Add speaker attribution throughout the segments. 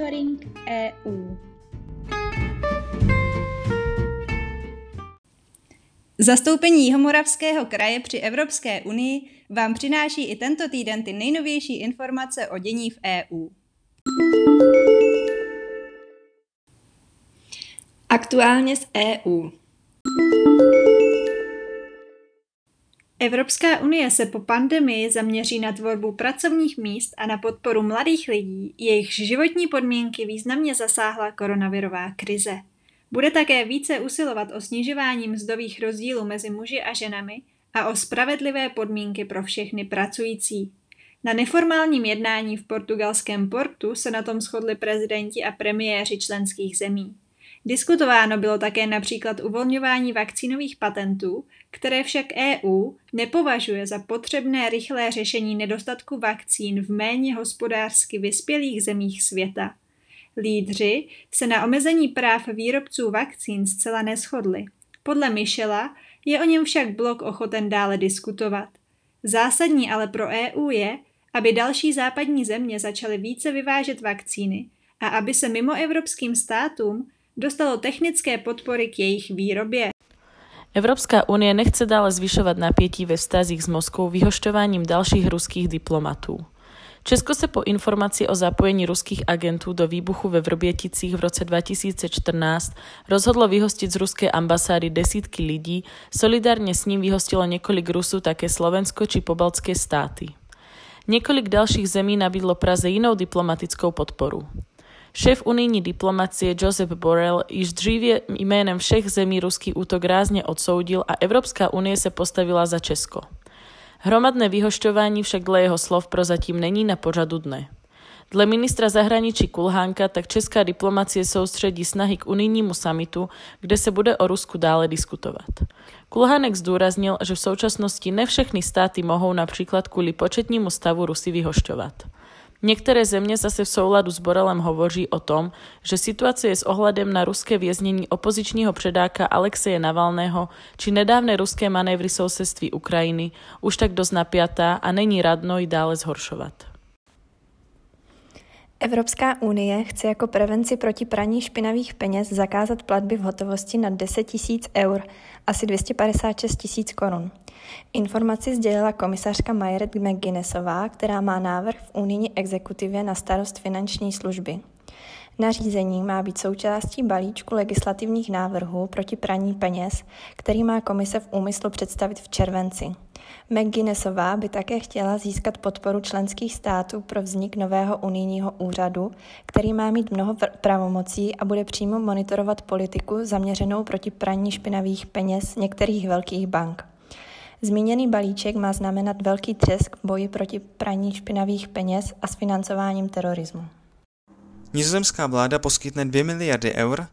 Speaker 1: Monitoring EU. Zastoupení Jihomoravského kraje při Evropské unii vám přináší i tento týden ty nejnovější informace o dění v EU. Aktuálně z EU. Evropská unie se po pandemii zaměří na tvorbu pracovních míst a na podporu mladých lidí, jejichž životní podmínky významně zasáhla koronavirová krize. Bude také více usilovat o snižování mzdových rozdílů mezi muži a ženami a o spravedlivé podmínky pro všechny pracující. Na neformálním jednání v portugalském Portu se na tom shodli prezidenti a premiéři členských zemí. Diskutováno bylo také například uvolňování vakcínových patentů, které však EU nepovažuje za potřebné rychlé řešení nedostatku vakcín v méně hospodářsky vyspělých zemích světa. Lídři se na omezení práv výrobců vakcín zcela neshodli. Podle Michela je o něm však blok ochoten dále diskutovat. Zásadní ale pro EU je, aby další západní země začaly více vyvážet vakcíny a aby se mimoevropským státům dostalo technické podpory k jejich výrobě.
Speaker 2: Európska únia nechce dále zvyšovať napätí ve vztazích s Moskou vyhošťovaním dalších ruských diplomatů. Česko se po informaci o zapojení ruských agentů do výbuchu ve Vrběticích v roce 2014 rozhodlo vyhostiť z ruskej ambasády desítky lidí, solidárne s ním vyhostilo niekoľko Rusů také Slovensko či pobaltské státy. Niekoľko dalších zemí nabídlo Praze jinou diplomatickou podporu. Šéf unijní diplomacie Josep Borrell již dříve jménem všech zemí ruský útok rázně odsoudil a Evropská unie se postavila za Česko. Hromadné vyhošťování však dle jeho slov prozatím není na pořadu dne. Dle ministra zahraničí Kulhánka tak česká diplomacie soustředí snahy k unijnímu summitu, kde se bude o Rusku dále diskutovat. Kulhánek zdůraznil, že v současnosti ne všechny státy mohou například kvůli početnímu stavu Rusy vyhošťovat. Některé země zase v souladu s Borrellem hovoří o tom, že situace je s ohledem na ruské věznění opozičního předáka Alexeje Navalného či nedávné ruské manévry sousedství Ukrajiny už tak dost napjatá a není radno ji dále zhoršovat.
Speaker 3: Evropská unie chce jako prevenci proti praní špinavých peněz zakázat platby v hotovosti nad 10 000 eur, asi 256 000 korun. Informaci sdělila komisařka Mairead McGuinnessová, která má návrh v unijní exekutivě na starost finanční služby. Nařízení má být součástí balíčku legislativních návrhů proti praní peněz, který má komise v úmyslu představit v červenci. McGuinnessová by také chtěla získat podporu členských států pro vznik nového unijního úřadu, který má mít mnoho pravomocí a bude přímo monitorovat politiku zaměřenou proti praní špinavých peněz některých velkých bank. Zmíněný balíček má znamenat velký třesk v boji proti praní špinavých peněz a s financováním terorismu.
Speaker 4: Nizozemská vláda poskytne 2 miliardy eur,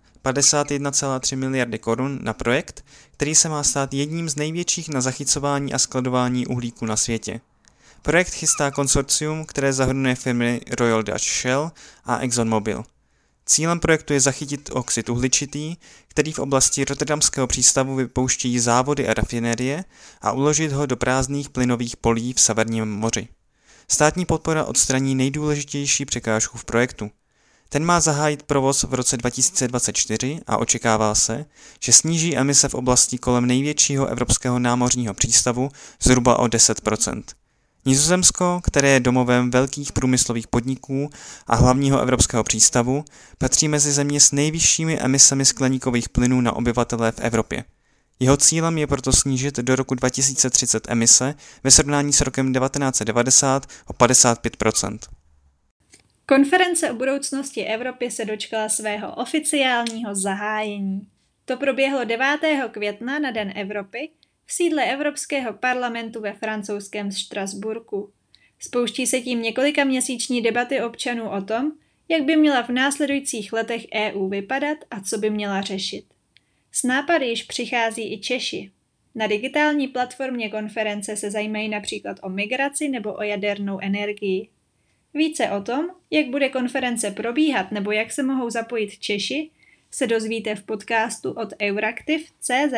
Speaker 4: 51,3 miliardy korun na projekt, který se má stát jedním z největších na zachycování a skladování uhlíku na světě. Projekt chystá konsorcium, které zahrnuje firmy Royal Dutch Shell a ExxonMobil. Cílem projektu je zachytit oxid uhličitý, který v oblasti Rotterdamského přístavu vypouštějí závody a rafinérie, a uložit ho do prázdných plynových polí v Severním moři. Státní podpora odstraní nejdůležitější překážku v projektu. Ten má zahájit provoz v roce 2024 a očekává se, že sníží emise v oblasti kolem největšího evropského námořního přístavu zhruba o 10%. Nizozemsko, které je domovem velkých průmyslových podniků a hlavního evropského přístavu, patří mezi země s nejvyššími emisemi skleníkových plynů na obyvatele v Evropě. Jeho cílem je proto snížit do roku 2030 emise ve srovnání s rokem 1990 o 55%.
Speaker 1: Konference o budoucnosti Evropy se dočkala svého oficiálního zahájení. To proběhlo 9. května na Den Evropy v sídle Evropského parlamentu ve francouzském Štrasburku. Spouští se tím několikaměsíční debaty občanů o tom, jak by měla v následujících letech EU vypadat a co by měla řešit. S nápady již přichází i Češi. Na digitální platformě konference se zajímají například o migraci nebo o jadernou energii. Více o tom, jak bude konference probíhat nebo jak se mohou zapojit Češi, se dozvíte v podcastu od Euraktiv.cz.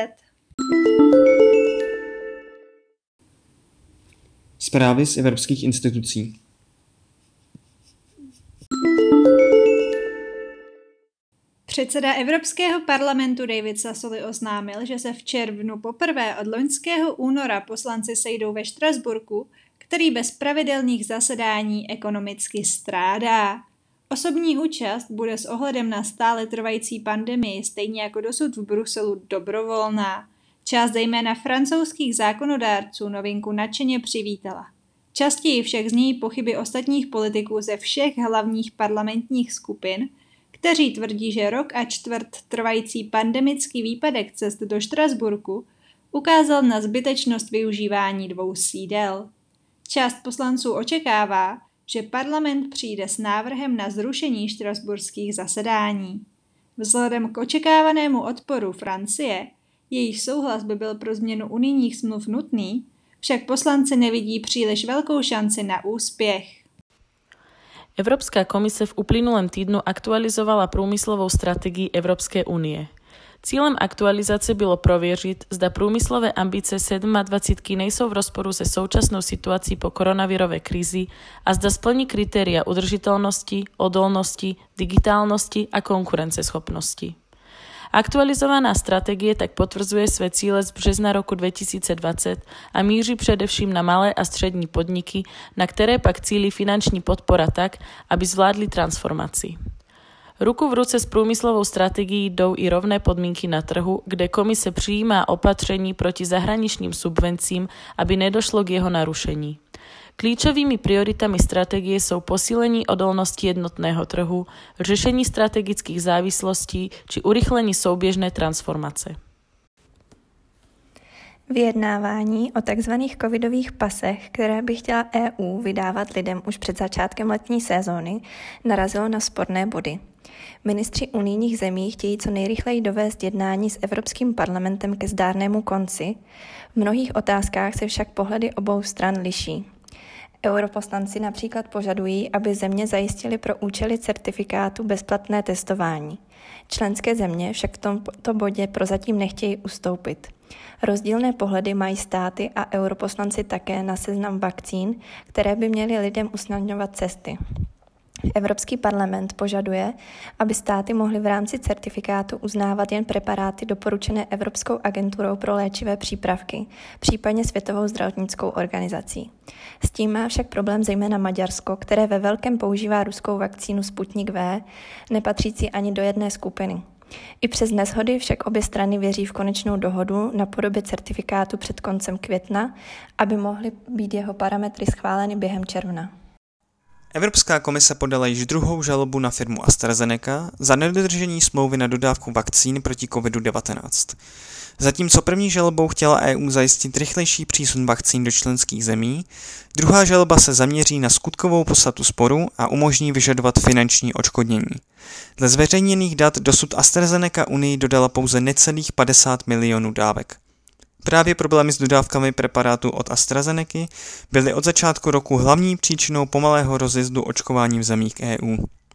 Speaker 4: Zprávy z evropských institucí.
Speaker 1: Předseda Evropského parlamentu David Sassoli oznámil, že se v červnu poprvé od loňského února poslanci sejdou ve Štrasburku, který bez pravidelných zasedání ekonomicky strádá. Osobní účast bude s ohledem na stále trvající pandemii stejně jako dosud v Bruselu dobrovolná. Část zejména francouzských zákonodárců novinku nadšeně přivítala. Častěji však znějí pochyby ostatních politiků ze všech hlavních parlamentních skupin, kteří tvrdí, že rok a čtvrt trvající pandemický výpadek cest do Štrasburku ukázal na zbytečnost využívání 2 sídel. Část poslanců očekává, že parlament přijde s návrhem na zrušení štrasburských zasedání. Vzhledem k očekávanému odporu Francie, jejíž souhlas by byl pro změnu unijních smluv nutný, však poslanci nevidí příliš velkou šanci na úspěch.
Speaker 2: Európska komise v uplynulém týdnu aktualizovala průmyslovou strategii Európskej únie. Cílem aktualizace bylo prověřit, zda průmyslové ambice 27 nejsou v rozporu se současnou situací po koronavirové krizi a zda splní kritéria udržitelnosti, odolnosti, digitálnosti a konkurenceschopnosti. Aktualizovaná strategie tak potvrdzuje své cíle z března roku 2020 a míří především na malé a střední podniky, na které pak cílí finanční podpora tak, aby zvládli transformaci. Ruku v ruce s průmyslovou strategií jdou i rovné podmínky na trhu, kde komise přijímá opatření proti zahraničním subvencím, aby nedošlo k jeho narušení. Klíčovými prioritami strategie jsou posílení odolnosti jednotného trhu, řešení strategických závislostí či urychlení souběžné transformace.
Speaker 3: Vyjednávání o tzv. Covidových pasech, které by chtěla EU vydávat lidem už před začátkem letní sezóny, narazilo na sporné body. Ministři unijních zemí chtějí co nejrychleji dovést jednání s Evropským parlamentem ke zdárnému konci. V mnohých otázkách se však pohledy obou stran liší. Europoslanci například požadují, aby země zajistily pro účely certifikátu bezplatné testování. Členské země však v tomto bodě prozatím nechtějí ustoupit. Rozdílné pohledy mají státy a europoslanci také na seznam vakcín, které by měly lidem usnadňovat cesty. Evropský parlament požaduje, aby státy mohly v rámci certifikátu uznávat jen preparáty doporučené Evropskou agenturou pro léčivé přípravky, případně Světovou zdravotnickou organizací. S tím má však problém zejména Maďarsko, které ve velkém používá ruskou vakcínu Sputnik V, nepatřící ani do jedné skupiny. I přes neshody však obě strany věří v konečnou dohodu na podobě certifikátu před koncem května, aby mohly být jeho parametry schváleny během června.
Speaker 4: Evropská komise podala již druhou žalobu na firmu AstraZeneca za nedodržení smlouvy na dodávku vakcín proti COVID-19. Zatímco první žalobou chtěla EU zajistit rychlejší přísun vakcín do členských zemí, druhá žaloba se zaměří na skutkovou podstatu sporu a umožní vyžadovat finanční odškodnění. Dle zveřejněných dat dosud AstraZeneca Unii dodala pouze necelých 50 milionů dávek. Právě problémy s dodávkami preparátu od AstraZeneca byly od začátku roku hlavní příčinou pomalého rozjezdu očkování v zemích EU.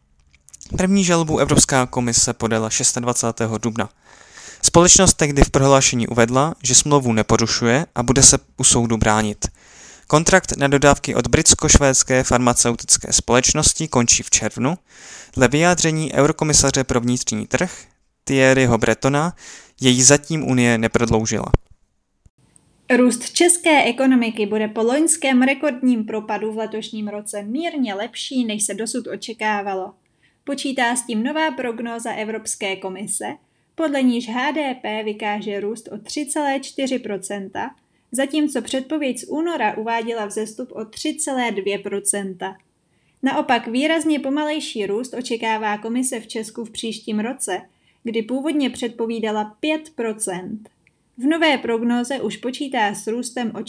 Speaker 4: První žalobu Evropská komise podala 26. dubna. Společnost tehdy v prohlášení uvedla, že smlouvu neporušuje a bude se u soudu bránit. Kontrakt na dodávky od britsko-švédské farmaceutické společnosti končí v červnu. Dle vyjádření eurokomisaře pro vnitřní trh Thierryho Bretona jej zatím Unie neprodloužila.
Speaker 1: Růst české ekonomiky bude po loňském rekordním propadu v letošním roce mírně lepší, než se dosud očekávalo. Počítá s tím nová prognóza Evropské komise, podle níž HDP vykáže růst o 3,4%, zatímco předpověď z února uváděla vzestup o 3,2%. Naopak výrazně pomalejší růst očekává komise v Česku v příštím roce, kdy původně předpovídala 5%. V nové prognóze už počítá s růstem o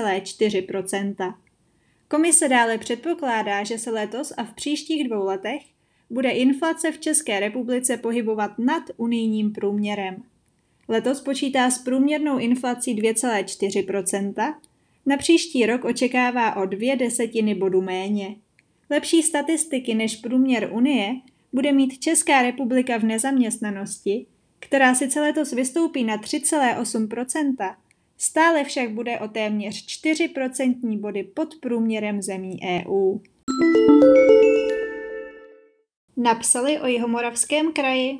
Speaker 1: 4,4%. Komise dále předpokládá, že se letos a v příštích 2 letech bude inflace v České republice pohybovat nad unijním průměrem. Letos počítá s průměrnou inflací 2,4%, na příští rok očekává o 0,2 bodu méně. Lepší statistiky než průměr Unie bude mít Česká republika v nezaměstnanosti, která sice letos vystoupí na 3,8%, stále však bude o téměř 4% body pod průměrem zemí EU. napsali o Jihomoravském kraji.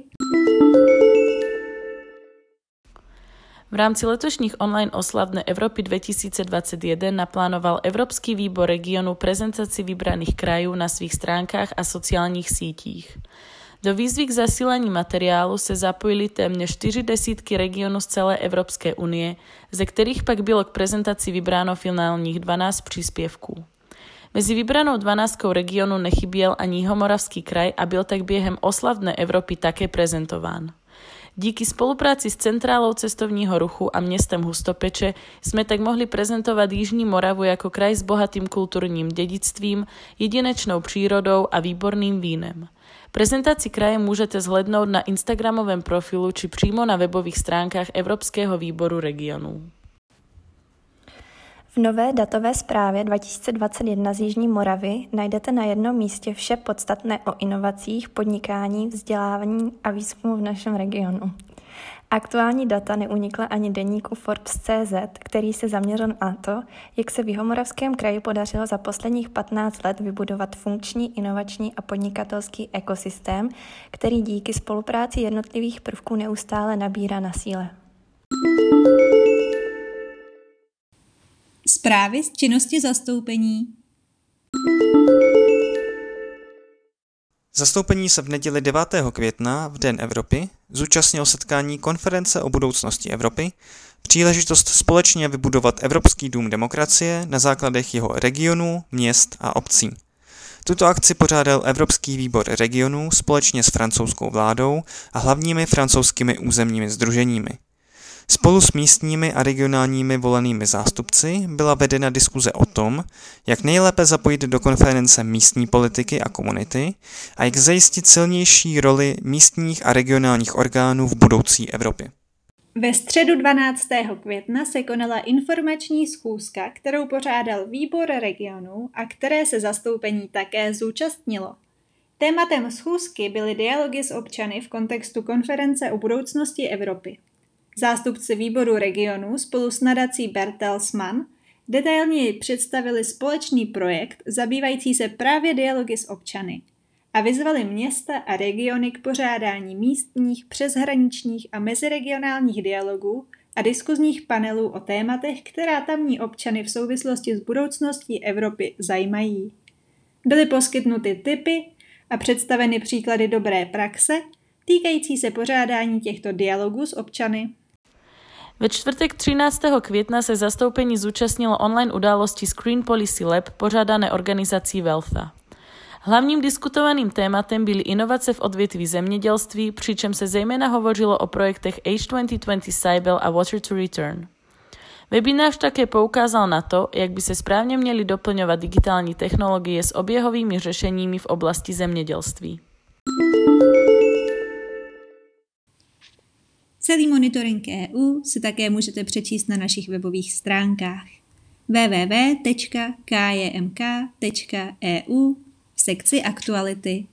Speaker 2: V rámci letošních online oslav Dne Európy 2021 naplánoval Európsky výbor regionu prezentácii vybraných krajů na svých stránkách a sociálních sítích. Do výzvy k zasílání materiálu se zapojili téměř 40 regionů z celé Evropské unie, ze kterých pak bylo k prezentaci vybráno finálních 12 příspěvků. Mezi vybranou 12 regionu nechyběl ani Jihomoravský kraj a byl tak během oslav Dne Evropy také prezentován. Díky spolupráci s Centrálou cestovního ruchu a městem Hustopeče jsme tak mohli prezentovat Jižní Moravu jako kraj s bohatým kulturním dědictvím, jedinečnou přírodou a výborným vínem. Prezentaci kraje můžete zhlédnout na Instagramovém profilu či přímo na webových stránkách Evropského výboru regionů.
Speaker 3: V nové datové zprávě 2021 z Jižní Moravy najdete na jednom místě vše podstatné o inovacích, podnikání, vzdělávání a výzkumu v našem regionu. Aktuální data neunikla ani deníku Forbes.cz, který se zaměřil na to, jak se v Jihomoravském kraji podařilo za posledních 15 let vybudovat funkční, inovační a podnikatelský ekosystém, který díky spolupráci jednotlivých prvků neustále nabírá na síle.
Speaker 1: Zprávy z činnosti zastoupení.
Speaker 4: Zastoupení se v neděli 9. května v Den Evropy zúčastnilo setkání Konference o budoucnosti Evropy, příležitost společně vybudovat Evropský dům demokracie na základech jeho regionů, měst a obcí. Tuto akci pořádal Evropský výbor regionů společně s francouzskou vládou a hlavními francouzskými územními sdruženími. Spolu s místními a regionálními volenými zástupci byla vedena diskuze o tom, jak nejlépe zapojit do konference místní politiky a komunity a jak zajistit silnější roli místních a regionálních orgánů v budoucí Evropě.
Speaker 1: Ve středu 12. května se konala informační schůzka, kterou pořádal výbor regionů a které se zastoupení také zúčastnilo. Tématem schůzky byly dialogy s občany v kontextu konference o budoucnosti Evropy. Zástupci výboru regionů spolu s nadací Bertelsmann detailněji představili společný projekt zabývající se právě dialogy s občany a vyzvali města a regiony k pořádání místních, přeshraničních a meziregionálních dialogů a diskuzních panelů o tématech, která tamní občany v souvislosti s budoucností Evropy zajímají. Byly poskytnuty tipy a představeny příklady dobré praxe týkající se pořádání těchto dialogů s občany.
Speaker 2: Ve čtvrtek 13. května se zastoupení zúčastnilo online události Screen Policy Lab pořádané organizací Veltha. Hlavním diskutovaným tématem byly inovace v odvětví zemědělství, přičem se zejména hovořilo o projektech H2020 Cybel a Water to Return. Webinář také poukázal na to, jak by se správně měly doplňovat digitální technologie s oběhovými řešeními v oblasti zemědělství.
Speaker 1: Celý monitoring EU si také můžete přečíst na našich webových stránkách www.kjmk.eu v sekci Aktuality.